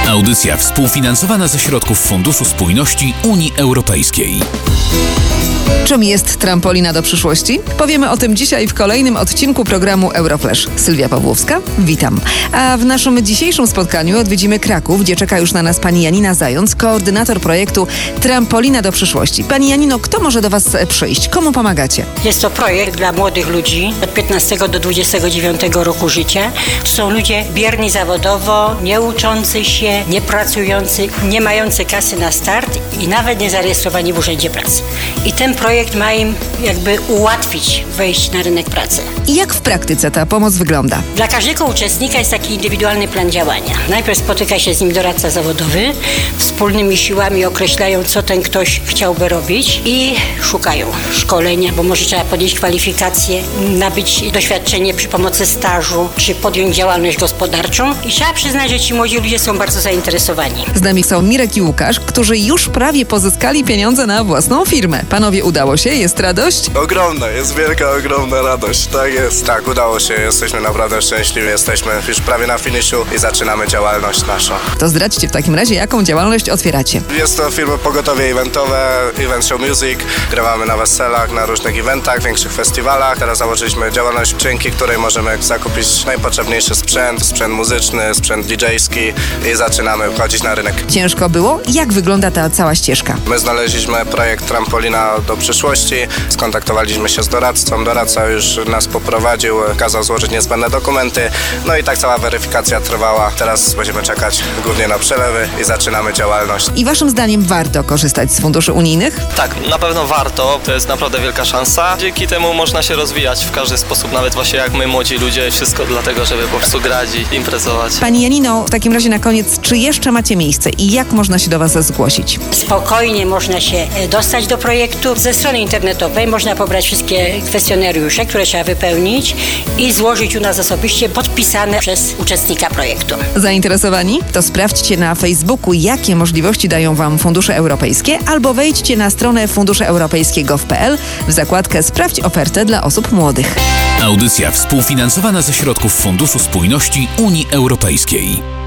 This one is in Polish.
Audycja współfinansowana ze środków Funduszu Spójności Unii Europejskiej. Czym jest trampolina do przyszłości? Powiemy o tym dzisiaj w kolejnym odcinku programu Euroflash. Sylwia Pawłowska, witam. A w naszym dzisiejszym spotkaniu odwiedzimy Kraków, gdzie czeka już na nas pani Janina Zając, koordynator projektu Trampolina do przyszłości. Pani Janino, kto może do Was przyjść? Komu pomagacie? Jest to projekt dla młodych ludzi od 15 do 29 roku życia. To są ludzie bierni zawodowo, nie uczący się, nie pracujący, nie mający kasy na start i nawet nie zarejestrowani w Urzędzie Pracy. I ten projekt ma im jakby ułatwić wejście na rynek pracy. I jak w praktyce ta pomoc wygląda? Dla każdego uczestnika jest taki indywidualny plan działania. Najpierw spotyka się z nim doradca zawodowy, wspólnymi siłami określają, co ten ktoś chciałby robić i szukają szkolenia, bo może trzeba podnieść kwalifikacje, nabyć doświadczenie przy pomocy stażu, czy podjąć działalność gospodarczą. I trzeba przyznać, że ci młodzi ludzie są bardzo zainteresowani. Z nami są Mirek i Łukasz, którzy już prawie pozyskali pieniądze na własną firmę. Panowie, udało się? Jest radość? Ogromna, jest wielka, ogromna radość. Tak jest. Tak, udało się. Jesteśmy naprawdę szczęśliwi. Jesteśmy już prawie na finiszu i zaczynamy działalność naszą. To zdradźcie w takim razie, jaką działalność otwieracie. Jest to firma pogotowie eventowe, Event Show Music. Grywamy na weselach, na różnych eventach, większych festiwalach. Teraz założyliśmy działalność, dzięki której możemy zakupić najpotrzebniejszy sprzęt muzyczny, sprzęt DJ-ski i zaczynamy wchodzić na rynek. Ciężko było? Jak wygląda ta cała ścieżka? My znaleźliśmy projekt Trampolina do przyszłości, skontaktowaliśmy się z doradcą, doradca już nas poprowadził, kazał złożyć niezbędne dokumenty, no i tak cała weryfikacja trwała. Teraz będziemy czekać głównie na przelewy i zaczynamy działalność. I waszym zdaniem warto korzystać z funduszy unijnych? Tak, na pewno warto, to jest naprawdę wielka szansa. Dzięki temu można się rozwijać w każdy sposób, nawet właśnie jak my, młodzi ludzie, wszystko dlatego, żeby po prostu grać i imprezować. Pani Janino, w takim razie na koniec, czy jeszcze macie miejsce i jak można się do Was zgłosić? Spokojnie można się dostać do projektu. Ze strony internetowej można pobrać wszystkie kwestionariusze, które trzeba wypełnić i złożyć u nas osobiście podpisane przez uczestnika projektu. Zainteresowani? To sprawdźcie na Facebooku, jakie możliwości dają Wam fundusze europejskie, albo wejdźcie na stronę funduszeuropejskie.gov.pl w zakładkę Sprawdź ofertę dla osób młodych. Audycja współfinansowana ze środków Funduszu Spójności Unii Europejskiej.